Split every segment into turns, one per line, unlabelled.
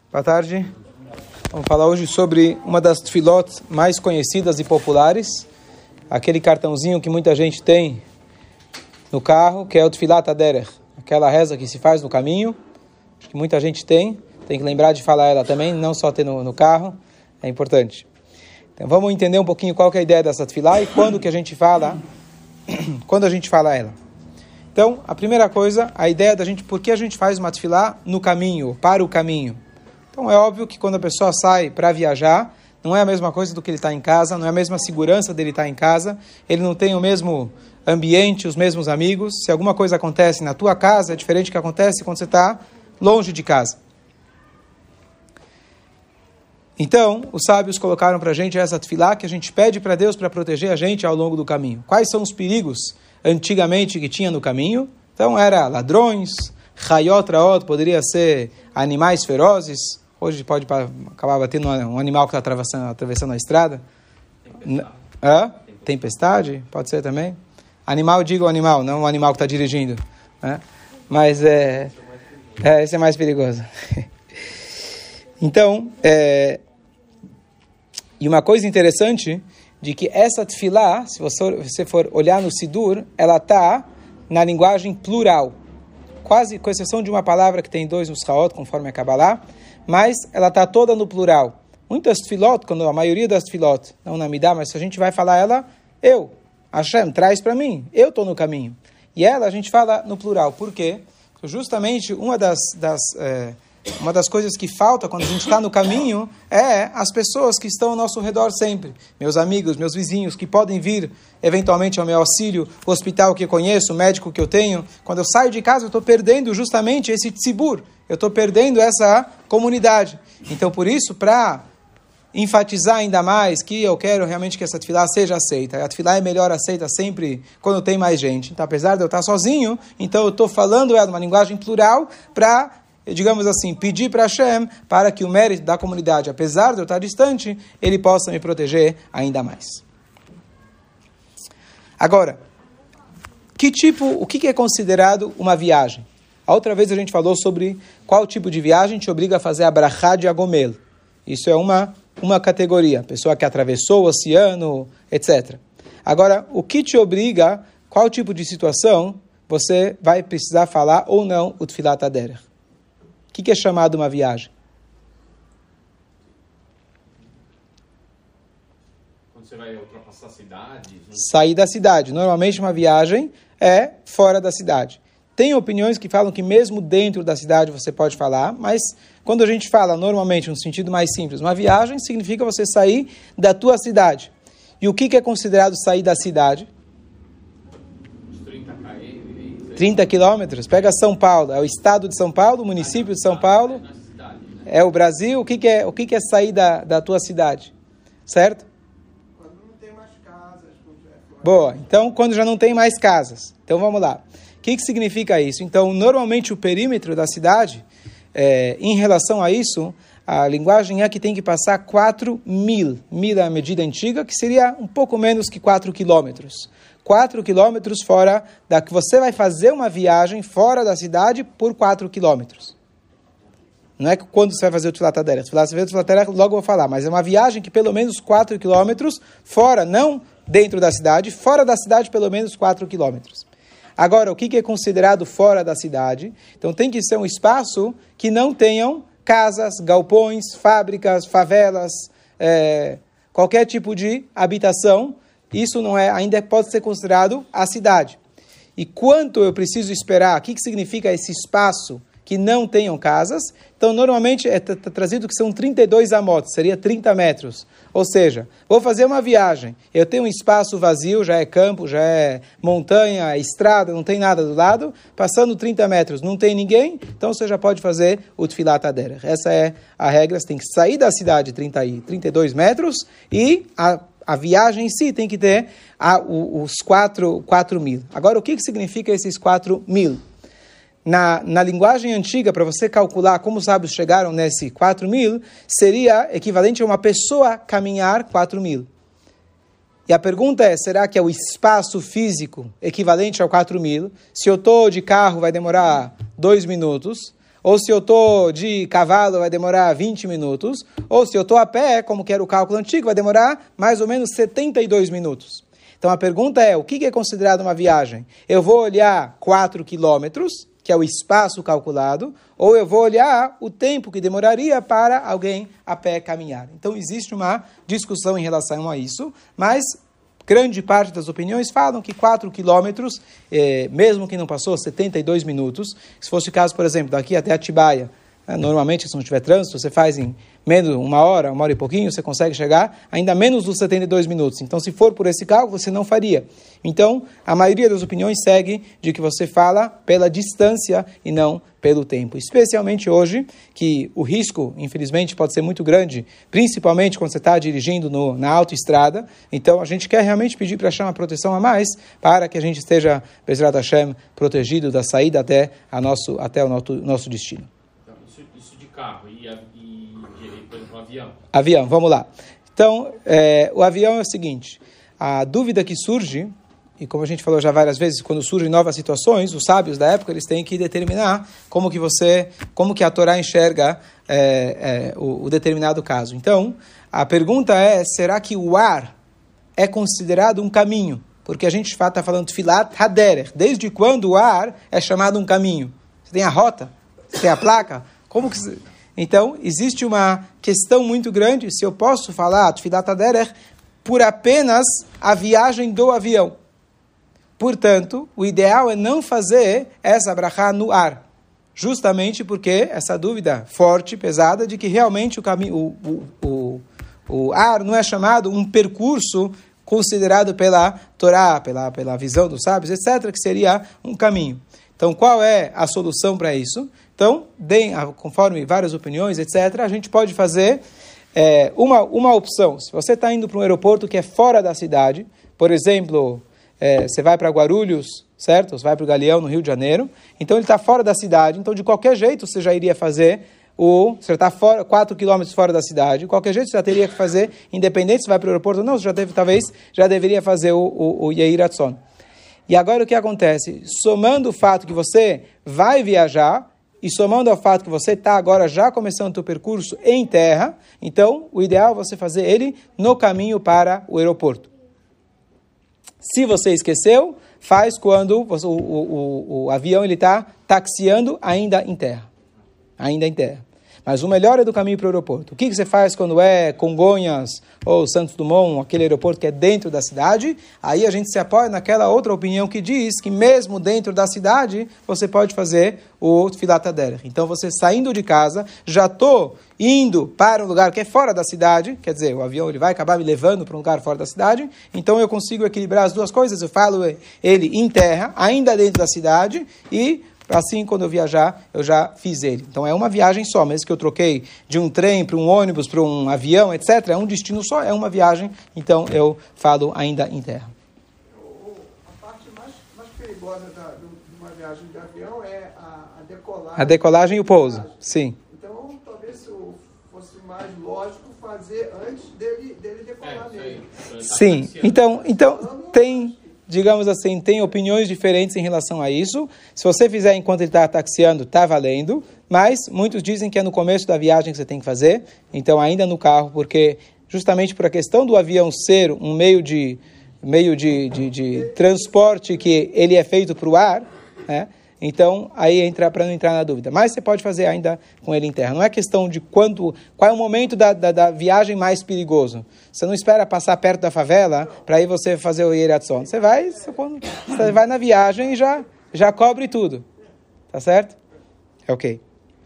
Boa tarde. Vamos falar hoje sobre uma das tefilot mais conhecidas e populares, aquele cartãozinho que muita gente tem no carro, que é o Tfilat Haderech, aquela reza que se faz no caminho, acho que muita gente tem que lembrar de falar ela também, não só ter no carro, é importante. Então vamos entender um pouquinho qual que é a ideia dessa tefilá e quando a gente fala ela. Então, a primeira coisa, a ideia da gente, por que a gente faz uma tefilá no caminho, para o caminho? Então, é óbvio que quando a pessoa sai para viajar, não é a mesma coisa do que ele está em casa, não é a mesma segurança dele estar em casa, ele não tem o mesmo ambiente, os mesmos amigos. Se alguma coisa acontece na tua casa, é diferente do que acontece quando você está longe de casa. Então, os sábios colocaram para a gente essa tefilá que a gente pede para Deus para proteger a gente ao longo do caminho. Quais são os perigos antigamente que tinha no caminho? Então, era ladrões, chayot raot, poderia ser animais ferozes. Hoje pode acabar batendo um animal que está atravessando a estrada. Tempestade? Pode ser também. Animal, digo animal, não um animal que está dirigindo. Mas esse é mais perigoso. Então, e uma coisa interessante, de que essa tefilá, se você for olhar no Sidur, ela está na linguagem plural. Quase, com exceção de uma palavra que tem dois nuschaot, conforme a Kabbalah, mas ela está toda no plural. Muitas tefilot, quando a maioria das tefilot, não na Midá, mas se a gente vai falar ela, eu, Hashem, traz para mim, eu estou no caminho. E ela a gente fala no plural. Por quê? Porque justamente uma das coisas que falta quando a gente está no caminho é as pessoas que estão ao nosso redor sempre. Meus amigos, meus vizinhos, que podem vir eventualmente ao meu auxílio, o hospital que eu conheço, o médico que eu tenho. Quando eu saio de casa, eu estou perdendo justamente esse tzibur. Eu estou perdendo essa comunidade. Então, por isso, para enfatizar ainda mais que eu quero realmente que essa tefilá seja aceita. A tefilá é melhor aceita sempre quando tem mais gente. Então, apesar de eu estar sozinho, então eu estou falando ela numa linguagem plural para, digamos assim, pedir para Hashem para que o mérito da comunidade, apesar de eu estar distante, ele possa me proteger ainda mais. Agora, o que é considerado uma viagem? A outra vez a gente falou sobre qual tipo de viagem te obriga a fazer a brachá de Agomel. Isso é uma categoria, pessoa que atravessou o oceano, etc. Agora, o que te obriga, qual tipo de situação você vai precisar falar ou não o Tfilat Haderech? O que é chamado uma viagem?
Quando você vai ultrapassar a cidade?
Sair da cidade. Normalmente uma viagem é fora da cidade. Tem opiniões que falam que mesmo dentro da cidade você pode falar, mas quando a gente fala normalmente no sentido mais simples, uma viagem significa você sair da tua cidade. E o que é considerado sair da cidade? 30 quilômetros. Pega São Paulo, é o estado de São Paulo, o município de São Paulo, é o Brasil. O que é sair da tua cidade? Certo?
Quando não tem mais casas.
Boa, então quando já não tem mais casas. Então vamos lá. O que significa isso? Então, normalmente o perímetro da cidade, em relação a isso, a linguagem é que tem que passar 4 mil. Mil é a medida antiga, que seria um pouco menos que 4 quilômetros. 4 quilômetros fora da que você vai fazer uma viagem fora da cidade por 4 quilômetros. Não é que quando você vai fazer o Tfilat Haderech. Logo eu vou falar, mas é uma viagem que pelo menos 4 quilômetros fora, não dentro da cidade, fora da cidade pelo menos 4 quilômetros. Agora, o que é considerado fora da cidade? Então tem que ser um espaço que não tenham casas, galpões, fábricas, favelas, qualquer tipo de habitação. Isso não é, ainda pode ser considerado a cidade. E quanto eu preciso esperar? O que significa esse espaço que não tenham casas? Então, normalmente é trazido que são 32 amot, seria 30 metros. Ou seja, vou fazer uma viagem, eu tenho um espaço vazio, já é campo, já é montanha, é estrada, não tem nada do lado, passando 30 metros, não tem ninguém, então você já pode fazer o Tfilat Haderech. Essa é a regra, você tem que sair da cidade 32 metros e a viagem em si tem que ter os 4 mil. Agora, o que significa esses 4 mil? Na linguagem antiga, para você calcular como os sábios chegaram nesse 4 mil, seria equivalente a uma pessoa caminhar 4 mil. E a pergunta é, será que é o espaço físico equivalente ao 4 mil? Se eu estou de carro, vai demorar 2 minutos. ou se eu estou de cavalo vai demorar 20 minutos, ou se eu estou a pé, como que era o cálculo antigo, vai demorar mais ou menos 72 minutos. Então a pergunta é, o que é considerado uma viagem? Eu vou olhar 4 quilômetros, que é o espaço calculado, ou eu vou olhar o tempo que demoraria para alguém a pé caminhar. Então existe uma discussão em relação a isso, mas grande parte das opiniões falam que 4 quilômetros, mesmo que não passou 72 minutos, se fosse o caso, por exemplo, daqui até Atibaia, normalmente, se não tiver trânsito, você faz em menos uma hora e pouquinho, você consegue chegar ainda menos dos 72 minutos. Então, se for por esse cálculo, você não faria. Então, a maioria das opiniões segue de que você fala pela distância e não pelo tempo. Especialmente hoje, que o risco, infelizmente, pode ser muito grande, principalmente quando você está dirigindo na autoestrada. Então, a gente quer realmente pedir para achar uma proteção a mais para que a gente esteja, Bezrat Hashem, protegido da saída até o nosso destino.
Carro por exemplo, avião.
Avião, vamos lá. Então, o avião é o seguinte, a dúvida que surge, e como a gente falou já várias vezes, quando surgem novas situações, os sábios da época, eles têm que determinar como que a Torá enxerga o determinado caso. Então, a pergunta é, será que o ar é considerado um caminho? Porque a gente está falando de Filat Haderech, desde quando o ar é chamado um caminho? Você tem a rota? Você tem a placa? Então, existe uma questão muito grande, se eu posso falar Tfilat Haderech por apenas a viagem do avião. Portanto, o ideal é não fazer essa brachá no ar, justamente porque essa dúvida forte, pesada, de que realmente o ar não é chamado um percurso considerado pela Torá, pela visão dos sábios, etc., que seria um caminho. Então, qual é a solução para isso? Então, conforme várias opiniões, etc., a gente pode fazer uma opção. Se você está indo para um aeroporto que é fora da cidade, por exemplo, você vai para Guarulhos, certo? Você vai para o Galeão, no Rio de Janeiro, então ele está fora da cidade, então de qualquer jeito você já iria fazer você está 4 quilômetros fora da cidade, de qualquer jeito você já teria que fazer, independente se vai para o aeroporto ou não, você talvez já deveria fazer o Yehi Ratzon. E agora o que acontece? Somando o fato que você vai viajar e somando ao fato que você está agora já começando o seu percurso em terra, então o ideal é você fazer ele no caminho para o aeroporto. Se você esqueceu, faz quando o avião está taxiando ainda em terra. Ainda em terra. Mas o melhor é do caminho para o aeroporto. O que você faz quando é Congonhas ou Santos Dumont, aquele aeroporto que é dentro da cidade? Aí a gente se apoia naquela outra opinião que diz que mesmo dentro da cidade, você pode fazer o Tfilat Haderech. Então você saindo de casa, já estou indo para um lugar que é fora da cidade, quer dizer, o avião ele vai acabar me levando para um lugar fora da cidade, então eu consigo equilibrar as duas coisas, eu falo ele em terra, ainda dentro da cidade, e assim, quando eu viajar, eu já fiz ele. Então, é uma viagem só, mesmo que eu troquei de um trem para um ônibus, para um avião, etc., é um destino só, é uma viagem, então eu falo ainda em terra.
A parte mais perigosa de uma viagem de avião é a decolagem.
A decolagem e o pouso, sim.
Então, talvez fosse mais lógico fazer antes dele decolar mesmo.
Sim, então tem... Digamos assim, tem opiniões diferentes em relação a isso. Se você fizer enquanto ele está taxiando, está valendo. Mas muitos dizem que é no começo da viagem que você tem que fazer. Então, ainda no carro, porque justamente por a questão do avião ser um meio de transporte que ele é feito para o ar, né? Então, aí para não entrar na dúvida. Mas você pode fazer ainda com ele em terra. Não é questão de qual é o momento da viagem mais perigoso. Você não espera passar perto da favela para aí você fazer o Yehi Ratzon. Você vai na viagem e já cobre tudo. Tá certo? Ok.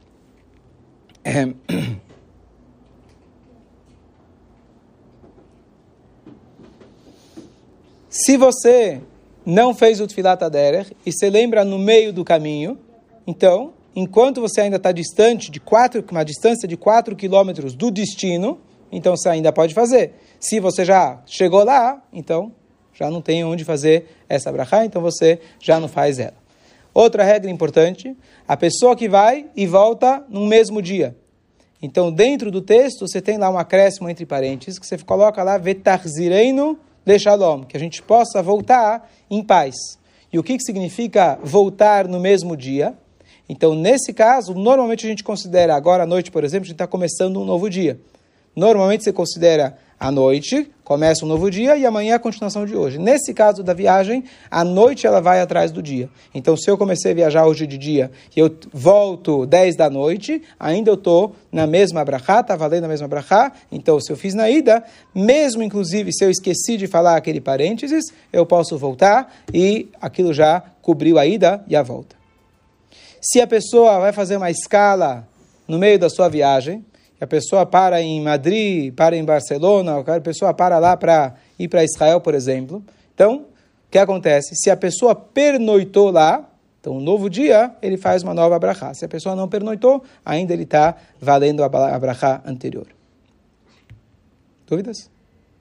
Se você não fez o Tfilat Haderech e se lembra no meio do caminho, então, enquanto você ainda está distante uma distância de 4 quilômetros do destino, então você ainda pode fazer. Se você já chegou lá, então já não tem onde fazer essa brachá, então você já não faz ela. Outra regra importante, a pessoa que vai e volta no mesmo dia. Então, dentro do texto, você tem lá um acréscimo entre parênteses, que você coloca lá, Vetachzireinu Leshalom, que a gente possa voltar em paz. E o que significa voltar no mesmo dia? Então, nesse caso, normalmente a gente considera, agora à noite, por exemplo, a gente está começando um novo dia. Normalmente você considera a noite, começa um novo dia, e amanhã é a continuação de hoje. Nesse caso da viagem, a noite ela vai atrás do dia. Então, se eu comecei a viajar hoje de dia e eu volto 10 da noite, ainda eu estou na mesma brachá, está valendo a mesma brachá. Então, se eu fiz na ida, mesmo inclusive se eu esqueci de falar aquele parênteses, eu posso voltar e aquilo já cobriu a ida e a volta. Se a pessoa vai fazer uma escala no meio da sua viagem, a pessoa para em Madrid, para em Barcelona, a pessoa para lá para ir para Israel, por exemplo. Então, o que acontece? Se a pessoa pernoitou lá, então, um novo dia, ele faz uma nova brachá. Se a pessoa não pernoitou, ainda ele está valendo a brachá anterior. Dúvidas?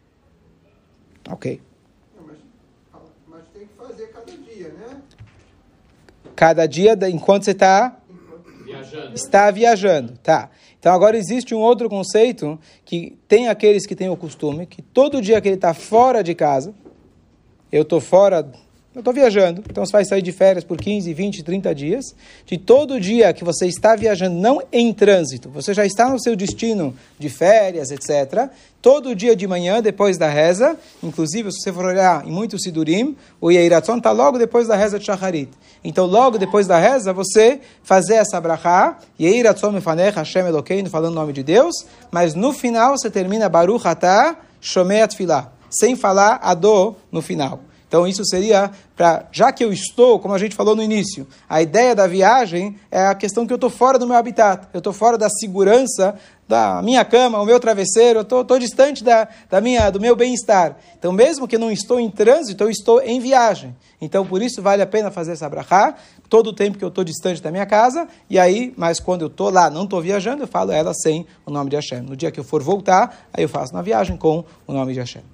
Ok.
Mas tem que fazer cada dia, né?
Cada dia, enquanto você está viajando. Tá. Então, agora existe um outro conceito que tem aqueles que têm o costume, que todo dia que ele está fora de casa, eu estou viajando, então você vai sair de férias por 15, 20, 30 dias, de todo dia que você está viajando, não em trânsito, você já está no seu destino de férias, etc., todo dia de manhã, depois da reza, inclusive, se você for olhar em muitos sidurim, o Yeiratzon está logo depois da reza de Shacharit. Então, logo depois da reza, você fazer essa brachá, Yeiratzon mefanech Hashem Elokeinu, falando o nome de Deus, mas no final você termina Baruch atah Shomei Atfilah, sem falar Adô no final. Então, isso seria já que eu estou, como a gente falou no início, a ideia da viagem é a questão que eu estou fora do meu habitat, eu estou fora da segurança da minha cama, o meu travesseiro, eu estou distante do meu bem-estar. Então, mesmo que eu não estou em trânsito, eu estou em viagem. Então, por isso, vale a pena fazer essa brachá, todo o tempo que eu estou distante da minha casa, e aí, mas quando eu estou lá, não estou viajando, eu falo ela sem o nome de Hashem. No dia que eu for voltar, aí eu faço na viagem com o nome de Hashem.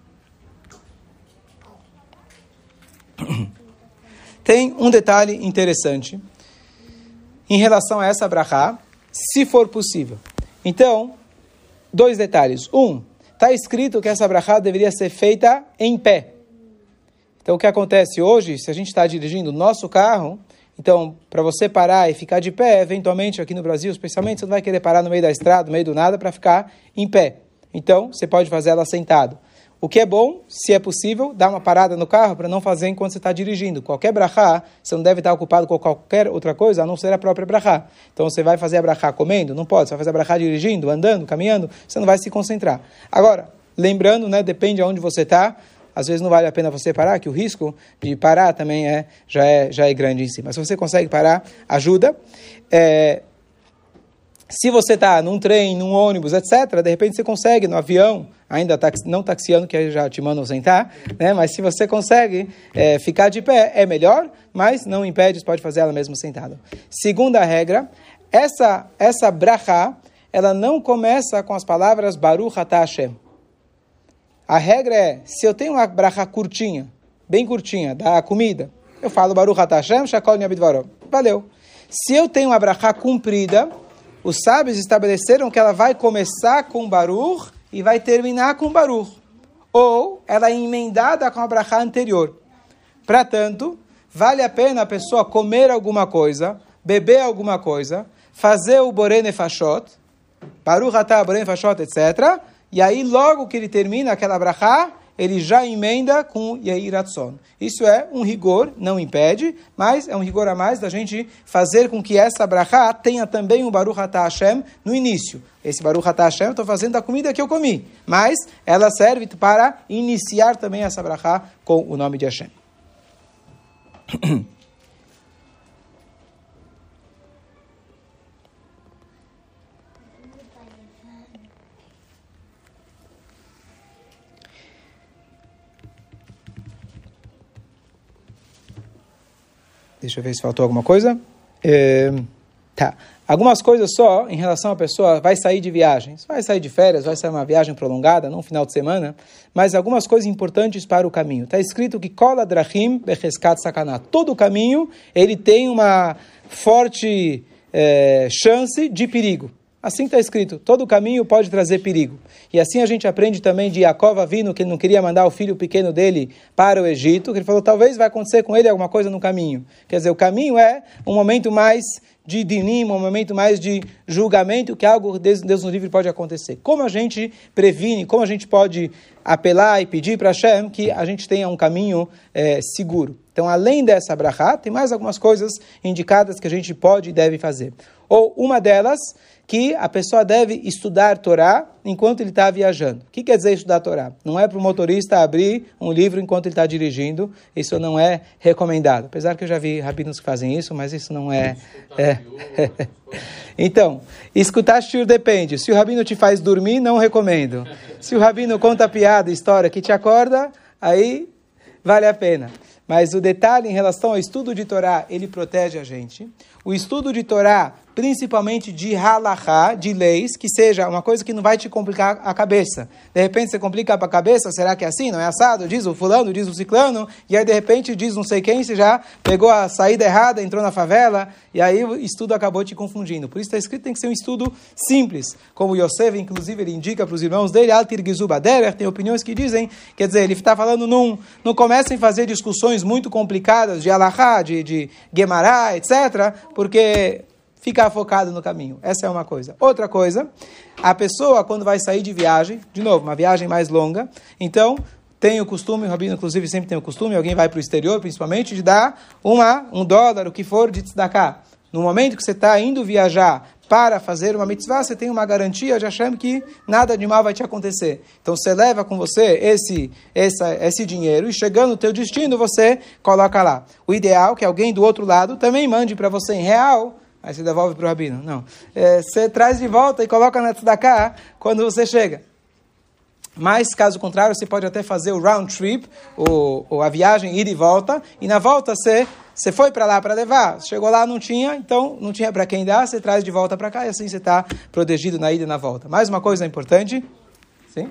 Tem um detalhe interessante em relação a essa brachá, se for possível. Então, 2 detalhes. Está escrito que essa brachá deveria ser feita em pé. Então, o que acontece hoje, se a gente está dirigindo o nosso carro, então, para você parar e ficar de pé, eventualmente aqui no Brasil, especialmente, você não vai querer parar no meio da estrada, no meio do nada, para ficar em pé. Então, você pode fazer ela sentado. O que é bom, se é possível, dar uma parada no carro para não fazer enquanto você está dirigindo. Qualquer brachá, você não deve estar ocupado com qualquer outra coisa, a não ser a própria brachá. Então, você vai fazer a brachá comendo? Não pode. Você vai fazer a brachá dirigindo, andando, caminhando? Você não vai se concentrar. Agora, lembrando, depende de onde você está. Às vezes não vale a pena você parar, que o risco de parar também já é grande em si. Mas se você consegue parar, ajuda. Se você está num trem, num ônibus, etc., de repente você consegue, no avião, ainda não taxiando, que aí já te mandam sentar, mas se você consegue ficar de pé, é melhor, mas não impede, você pode fazer ela mesmo sentada. Segunda regra, essa brachá, ela não começa com as palavras Baruch atah Hashem. A regra é, se eu tenho uma brachá curtinha, bem curtinha, da comida, eu falo Baruch atah Hashem, Shakol Niabidvarov. Valeu. Se eu tenho uma brachá comprida, os sábios estabeleceram que ela vai começar com Baruch e vai terminar com Baruch. Ou ela é emendada com a brachá anterior. Portanto, vale a pena a pessoa comer alguma coisa, beber alguma coisa, fazer o Borei Nefashot, Baruch atah Borei Nefashot, etc. E aí, logo que ele termina aquela brachá, ele já emenda com Yeiratzon. Isso é um rigor, não impede, mas é um rigor a mais da gente fazer com que essa brachá tenha também um Baruch atah Hashem no início. Esse Baruch atah Hashem eu estou fazendo da comida que eu comi, mas ela serve para iniciar também essa brachá com o nome de Hashem. Deixa eu ver se faltou alguma coisa. Tá. Algumas coisas só em relação à pessoa vai sair de viagens. Vai sair de férias, vai sair uma viagem prolongada, não um final de semana. Mas algumas coisas importantes para o caminho. Está escrito que Kol Adrachim Becheskat Sakanah. Todo o caminho, ele tem uma forte chance de perigo. Assim está escrito, todo o caminho pode trazer perigo. E assim a gente aprende também de Yaakov Avinu, que ele não queria mandar o filho pequeno dele para o Egito, que ele falou, talvez vai acontecer com ele alguma coisa no caminho. Quer dizer, o caminho é um momento mais de dinim, um momento mais de julgamento, que algo, Deus nos livre, pode acontecer. Como a gente previne, como a gente pode apelar e pedir para Hashem que a gente tenha um caminho seguro. Então, além dessa brachá, tem mais algumas coisas indicadas que a gente pode e deve fazer. Ou uma delas, que a pessoa deve estudar Torá enquanto ele está viajando. O que quer dizer estudar Torá? Não é para o motorista abrir um livro enquanto ele está dirigindo, isso não é recomendado. Apesar que eu já vi rabinos que fazem isso, mas isso não é... Então, escutar shiur depende. Se o rabino te faz dormir, não recomendo. Se o rabino conta piada, história que te acorda, aí vale a pena. Mas o detalhe em relação ao estudo de Torá, ele protege a gente. O estudo de Torá, principalmente de halachá, de leis, que seja uma coisa que não vai te complicar a cabeça. De repente você complica a cabeça, será que é assim? Não é assado? Diz o fulano, diz o ciclano, e aí de repente diz não sei quem, você já pegou a saída errada, entrou na favela, e aí o estudo acabou te confundindo. Por isso está escrito que tem que ser um estudo simples. Como o Yosef, inclusive, ele indica para os irmãos dele, Altir Gizu Baderer, tem opiniões que dizem, quer dizer, ele está falando, não comecem a fazer discussões muito complicadas de halachá, de Gemará, etc., porque ficar focado no caminho. Essa é uma coisa. Outra coisa, a pessoa, quando vai sair de viagem, de novo, uma viagem mais longa, então, tem o costume, o rabino, inclusive, sempre tem o costume, alguém vai para o exterior, principalmente, de dar $1, o que for, de tzedakah. No momento que você está indo viajar para fazer uma mitzvah, você tem uma garantia de Hashem que nada de mal vai te acontecer. Então, você leva com você esse dinheiro e chegando no teu destino, você coloca lá. O ideal é que alguém do outro lado também mande para você em real, aí você devolve para o rabino. Não. Você traz de volta e coloca na tzedakah quando você chega. Mas, caso contrário, você pode até fazer o round trip, a viagem, ida e volta, e na volta você foi para lá para levar, chegou lá, não tinha, então não tinha para quem dar, você traz de volta para cá, e assim você está protegido na ida e na volta. Mais uma coisa importante. Sim?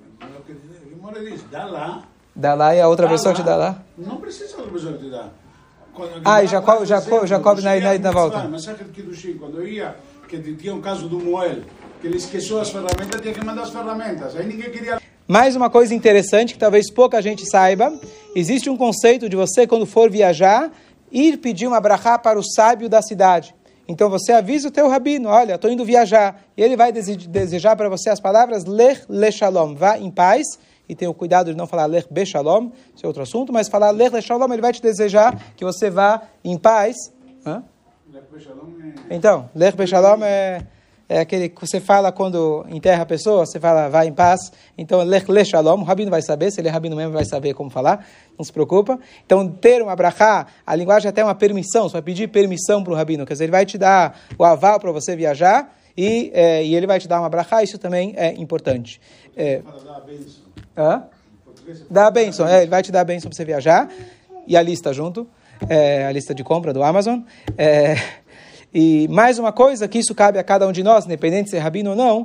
Dá lá e a outra pessoa te dá lá?
Não precisa a outra pessoa te dar.
E já cobre na ida e na volta.
Mas quando eu ia, que tinha um caso do Moel, que ele esqueceu as ferramentas, tinha que mandar as ferramentas. Aí ninguém queria...
Mais uma coisa interessante, que talvez pouca gente saiba, existe um conceito de você, quando for viajar, ir pedir uma brachá para o sábio da cidade. Então você avisa o teu rabino, olha, estou indo viajar, e ele vai desejar para você as palavras Lech Leshalom, vá em paz, e tenha o cuidado de não falar Lech Beshalom, isso é outro assunto, mas falar Lech Leshalom, ele vai te desejar que você vá em paz. Hã? Então, Lech Beshalom é aquele que você fala quando enterra a pessoa, você fala, vai em paz. Então, Lech Leshalom, o rabino vai saber, se ele é rabino mesmo, vai saber como falar, não se preocupa. Então, ter uma brachá, a linguagem até é uma permissão, você vai pedir permissão para o rabino, quer dizer, ele vai te dar o aval para você viajar, e ele vai te dar uma brachá, isso também é importante. Dá a bênção, ele vai te dar a bênção para você viajar, e a lista junto, a lista de compra do Amazon. E mais uma coisa, que isso cabe a cada um de nós, independente de ser rabino ou não,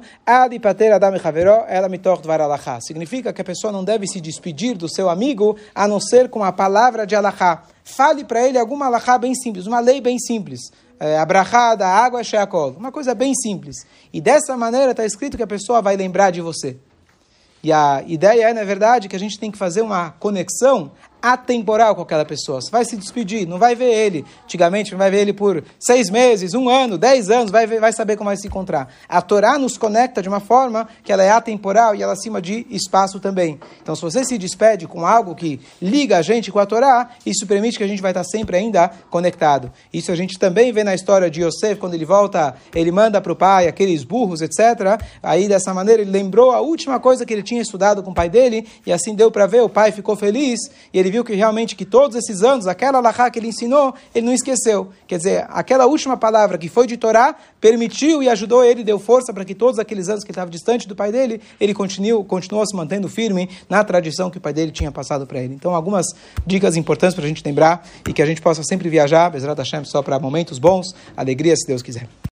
significa que a pessoa não deve se despedir do seu amigo, a não ser com a palavra de alachá. Fale para ele alguma alachá bem simples, uma lei bem simples. A brachá da água é sheakol, uma coisa bem simples. E dessa maneira está escrito que a pessoa vai lembrar de você. E a ideia é, na verdade, que a gente tem que fazer uma conexão atemporal com aquela pessoa. Você vai se despedir, não vai ver ele. Antigamente, não vai ver ele por 6 meses, 1 ano, 10 anos, vai saber como vai se encontrar. A Torá nos conecta de uma forma que ela é atemporal e ela é acima de espaço também. Então, se você se despede com algo que liga a gente com a Torá, isso permite que a gente vai estar sempre ainda conectado. Isso a gente também vê na história de Yosef, quando ele volta, ele manda para o pai aqueles burros, etc. Aí, dessa maneira, ele lembrou a última coisa que ele tinha estudado com o pai dele, e assim deu para ver, o pai ficou feliz, e ele viu que realmente que todos esses anos, aquela alachá que ele ensinou, ele não esqueceu. Quer dizer, aquela última palavra que foi de Torá, permitiu e ajudou ele, deu força para que todos aqueles anos que ele estava distante do pai dele, ele continuou se mantendo firme na tradição que o pai dele tinha passado para ele. Então, algumas dicas importantes para a gente lembrar e que a gente possa sempre viajar, Bezrat Hashem, só para momentos bons, alegria, se Deus quiser.